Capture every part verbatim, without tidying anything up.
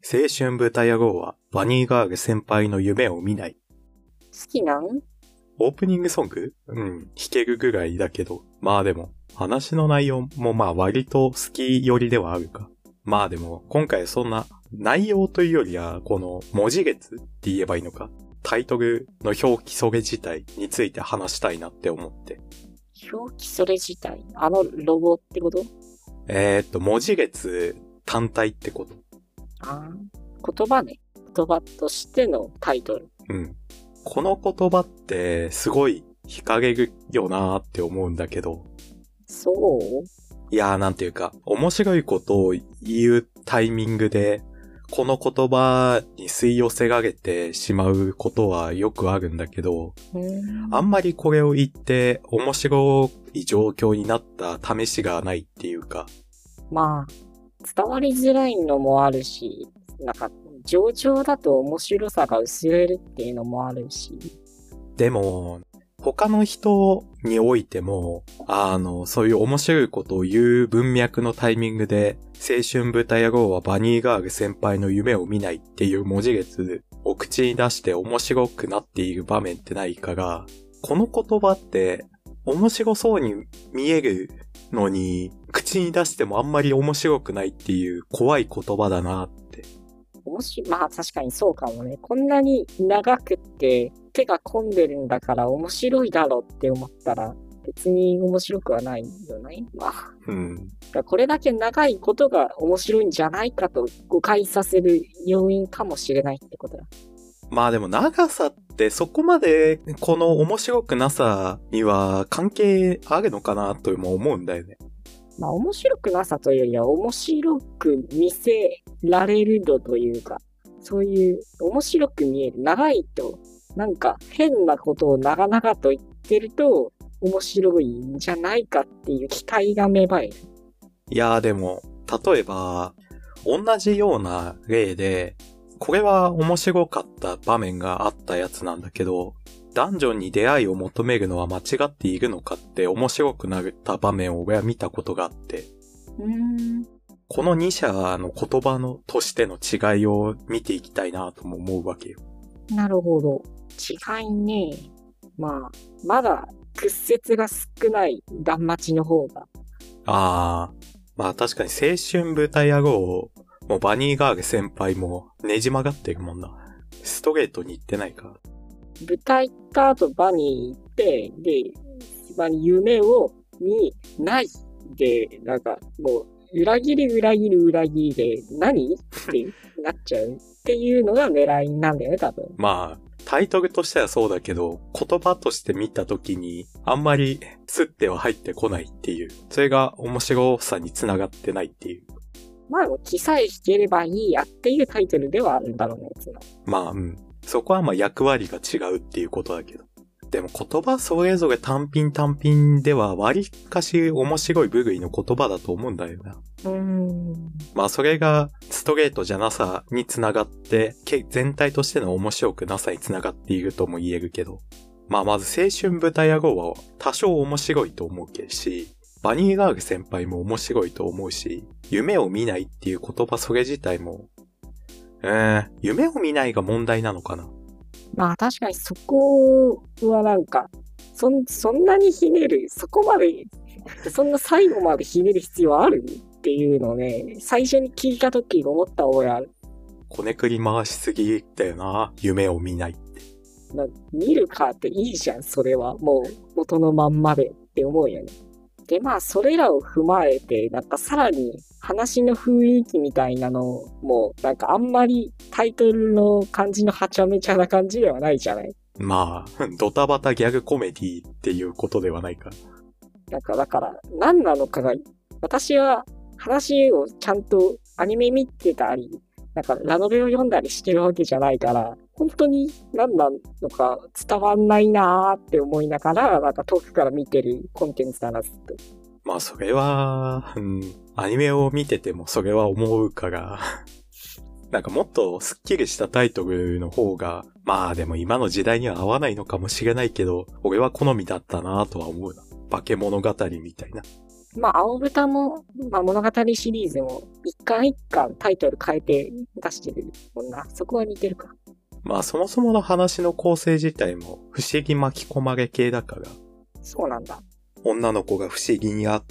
青春豚野郎はバニーガール先輩の夢を見ない。 好きなん？ オープニングソング？うん、弾けるぐらいだけど。まあでも、話の内容もまあ割と好き寄りではあるか。まあでも、今回そんな内容というよりは、この文字列って言えばいいのか。タイトルの表記それ自体について話したいなって思って。 表記それ自体？あのロゴってこと？ えーっと、文字列単体ってこと。 ああ、言葉ね。言葉としてのタイトル。 うん。この言葉ってすごい惹かれるよなーって思うんだけど。 そう？ いやーなんていうか、面白いことを言うタイミングで、この言葉に吸い寄せられてしまうことはよくあるんだけど、あんまりこれを言って面白い状況になった試しがないっていうか。 まあ、伝わりづらいのもあるし、なんか、上々だと面白さが薄れるっていうのもあるし。 でも、他の人においても、あの、そういう面白いことを言う文脈のタイミングで、青春豚野郎はバニーガール先輩の夢を見ないっていう文字列を口に出して面白くなっている場面ってないから、この言葉って面白そうに見えるのに、口に出してもあんまり面白くないっていう怖い言葉だなって。 面白い、まあ確かにそうかもね。こんなに長くって手が込んでるんだから面白いだろうって思ったら別に面白くはないよね。まあ。 うん。 これだけ長いことが面白いんじゃないかと誤解させる要因かもしれないってことだ。 まあでも長さってそこまでこの面白くなさには関係あるのかなとも思うんだよね。 まあ面白くなさというよりは面白く見せられる度というか、そういう面白く見える。長いとなんか変なことを長々と言ってると面白いんじゃないかっていう期待が芽生える。 いやーでも、例えば、同じような例で、これは面白かった場面があったやつなんだけど、男女に出会いを求めるのは間違っているのかって面白くなった場面を俺は見たことがあって、 うーんこのに者の言葉のとしての違いを見ていきたいなとも思うわけよ。 なるほど。違いね。まあ、まだ屈折が少ない断末の方が。 あー、まあ確かに青春豚野郎もうバニーガール先輩もねじ曲がってるもんな。ストレートに言ってないか。 豚行った後バニー行って、で、バニー夢を見ないで、なんかもう裏切り裏切り裏切りで何ってなっちゃうっていうのが狙いなんだよね、多分。 まあ、タイトルとしてはそうだけど、言葉として見たときに、あんまりスッては入ってこないっていう。それが面白さにつながってないっていう。 まあ、気さえ弾ければいいやっていうタイトルではあるんだろうね、つまり。 まあ、うん。そこはまあ役割が違うっていうことだけど。でも言葉それぞれ単品単品では割かし面白い部類の言葉だと思うんだよな。 うーん。 まあそれがストレートじゃなさにつながって、全体としての面白くなさにつながっているとも言えるけど。まあまず青春豚野郎は多少面白いと思うけし、バニーガール先輩も面白いと思うし、夢を見ないっていう言葉それ自体も、えー、夢を見ないが問題なのかな。 まあ確かにそこはなんか、そん、そんなにひねる、そこまで、そんな最後までひねる必要あるっていうのをね、最初に聞いた時思った覚えある。 こねくり回しすぎだよな、夢を見ないって。 な見るかっていいじゃん、それは。もう元のまんまでって思うよね。で、まあそれらを踏まえて、なんかさらに話の雰囲気みたいなのも、なんかあんまりタイトルの感じのはちゃめちゃな感じではないじゃない。 まあ、ドタバタギャグコメディっていうことではないか。 なんかだから、何なのかが、私は話をちゃんとアニメ見てたり、なんかラノベを読んだりしてるわけじゃないから、本当に何なのか伝わんないなーって思いながら、なんか遠くから見てるコンテンツだな、ずっと。 まあそれは、うん、アニメを見ててもそれは思うから、なんかもっとスッキリしたタイトルの方が、まあでも今の時代には合わないのかもしれないけど、俺は好みだったなとは思うな。化け物語みたいな。 まあ、青豚も、まあ、物語シリーズも、一巻一巻タイトル変えて出してるもんな。そこは似てるか。 まあそもそもの話の構成自体も不思議巻き込まれ系だから。 そうなんだ。 女の子が不思議にあって、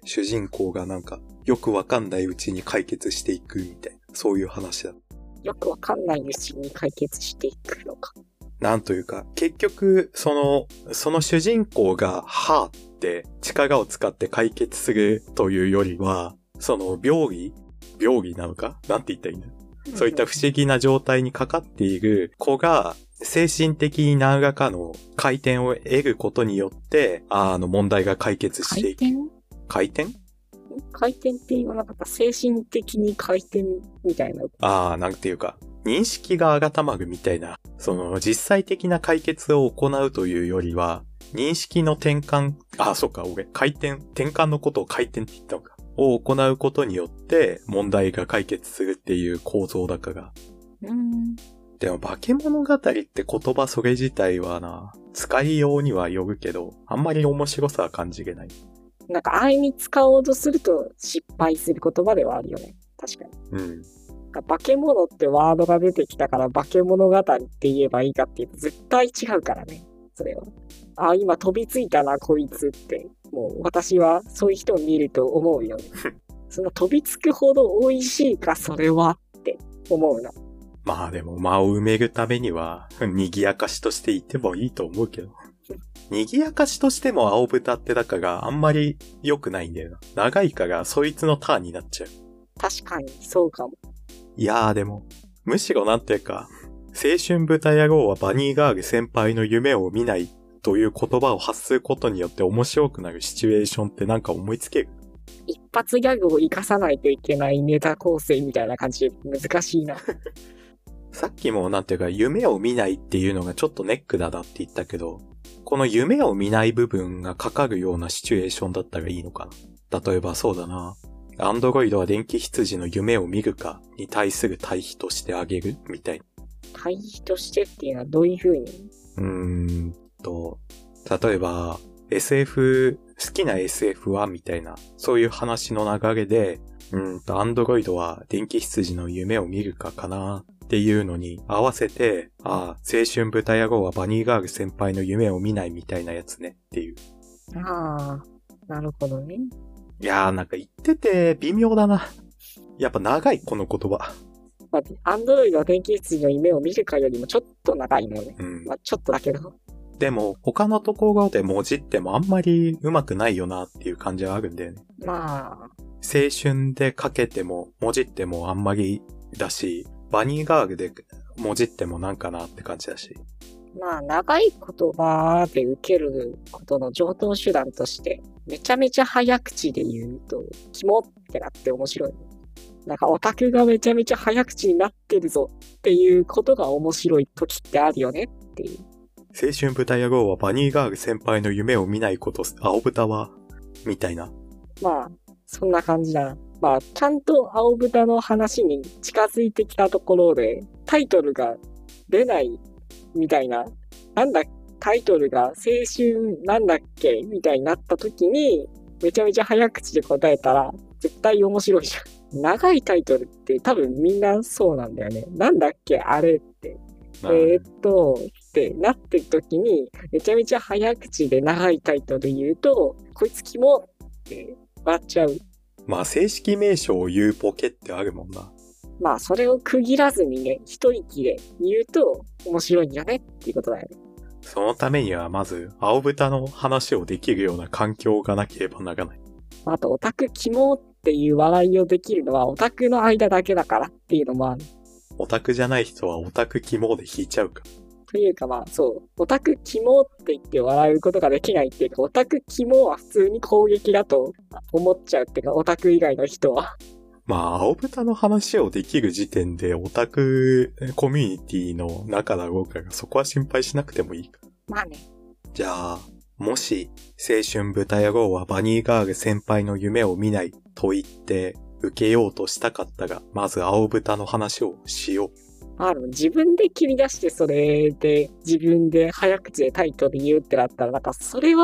主人公がなんかよくわかんないうちに解決していくみたいな、そういう話だ。 よくわかんないうちに解決していくのか。 なんというか、結局、その、その主人公が、はぁって力を使って解決するというよりは、その病理病理なのかなんて言ったらいいんだ、うん、そういった不思議な状態にかかっている子が、精神的に何らかの回転を得ることによって、あの問題が解決していく。回転？回転？ 回転って言わなかった。精神的に回転みたいな。 ああ、なんていうか、認識が改まるみたいな、その実際的な解決を行うというよりは、認識の転換、あ、そっか、俺、回転、転換のことを回転って言ったのか。を行うことによって問題が解決するっていう構造だから。 うーん。 でも化け物語って言葉それ自体はな、使いようにはよるけど、あんまり面白さは感じれない。 なんか安易に使おうとすると失敗する言葉ではあるよね。確かに。 うん。 化け物ってワードが出てきたから化け物語って言えばいいかっていうと絶対違うからね。それは。あ、今飛びついたなこいつって。もう私はそういう人を見ると思うよね。その飛びつくほど美味しいかそれはって思うな。 まあでも間を埋めるためには賑やかしとしていてもいいと思うけど。賑やかしとしても青豚ってだからあんまり良くないんだよな。長いからそいつのターンになっちゃう。 確かにそうかも。 いやーでも、むしろなんていうか、青春豚野郎はバニーガール先輩の夢を見ないという言葉を発することによって面白くなるシチュエーションってなんか思いつける？ 一発ギャグを活かさないといけないネタ構成みたいな感じで難しいな。 さっきもなんていうか夢を見ないっていうのがちょっとネックだなって言ったけど、この夢を見ない部分がかかるようなシチュエーションだったらいいのかな。例えばそうだな。アンドロイドは電気羊の夢を見るかに対する対比としてあげるみたいな。 対比としてっていうのはどういう風に？ うーんと、例えば エスエフ、好きな エスエフ はみたいな、そういう話の流れで、うんと、アンドロイドは電気羊の夢を見るかかなっていうのに合わせて、ああ、青春豚野郎はバニーガール先輩の夢を見ないみたいなやつねっていう。 ああ、なるほどね。 いやーなんか言ってて微妙だな。やっぱ長いこの言葉。 まあ、アンドロイドは電気羊の夢を見るかよりもちょっと長いのね。 うん。 まあちょっとだけど。 でも他のところで文字ってもあんまり上手くないよなっていう感じはあるんだよね。 まあ。 青春で書けても文字ってもあんまりだし、バニーガールで文字ってもなんかなって感じだし。 まあ長い言葉で受けることの常套手段として、めちゃめちゃ早口で言うと、キモってなって面白い。なんかオタクがめちゃめちゃ早口になってるぞっていうことが面白い時ってあるよねっていう。 青春豚野郎はバニーガール先輩の夢を見ないこと、青豚は、みたいな。 まあ、そんな感じだな。まあ、ちゃんと青豚の話に近づいてきたところで、タイトルが出ないみたいな、なんだ、タイトルが青春なんだっけみたいになった時に、めちゃめちゃ早口で答えたら、絶対面白いじゃん。長いタイトルって多分みんなそうなんだよね。なんだっけあれって。えー、っと、ってなってる時に、めちゃめちゃ早口で長いタイトル言うと、こいつキモって笑っちゃう。 まあ、正式名称を言うボケってあるもんな。 まあ、それを区切らずにね、一息で言うと面白いんじゃねっていうことだよね。 そのためにはまず、青豚の話をできるような環境がなければならない。 あと、オタクキモっていう笑いをできるのはオタクの間だけだからっていうのもある。 オタクじゃない人はオタクキモで引いちゃうか。 というかまあ、そう、オタクキモって言って笑うことができないっていうか、オタクキモは普通に攻撃だと思っちゃうっていうか、オタク以外の人は。 まあ、青豚の話をできる時点でオタクコミュニティの中だろうから、そこは心配しなくてもいいか。 まあね。 じゃあ、もし、青春豚野郎はバニーガール先輩の夢を見ないと言って受けようとしたかったが、まず青豚の話をしよう。 あの、自分で切り出してそれで自分で早口でタイトル言うってなったら、なんかそれは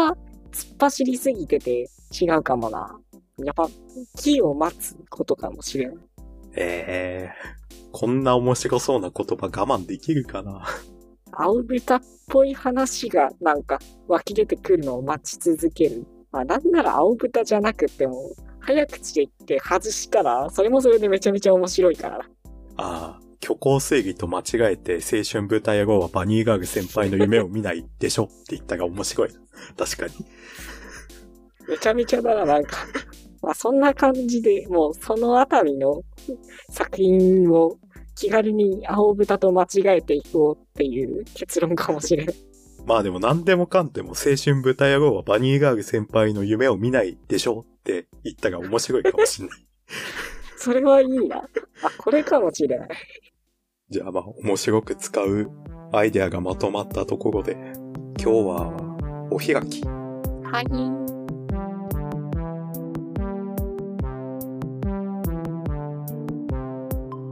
突っ走りすぎてて違うかもな。やっぱ、木を待つことかもしれない。 ええー、こんな面白そうな言葉我慢できるかな。 青豚っぽい話がなんか湧き出てくるのを待ち続ける。まあなんなら青豚じゃなくても、早口で言って外したら、それもそれでめちゃめちゃ面白いからな。 ああ、虚構推理と間違えて青春豚野郎はバニーガール先輩の夢を見ないでしょって言ったが面白い。確かに。 めちゃめちゃだな、なんか。まあそんな感じで、もうそのあたりの作品を気軽に青豚と間違えていこうっていう結論かもしれない。 まあでも何でもかんでも青春豚野郎はバニーガール先輩の夢を見ないでしょって言ったが面白いかもしれない。 それはいいな。あ、これかもしれない。 じゃあまあ面白く使うアイデアがまとまったところで、今日はお開き。 はい。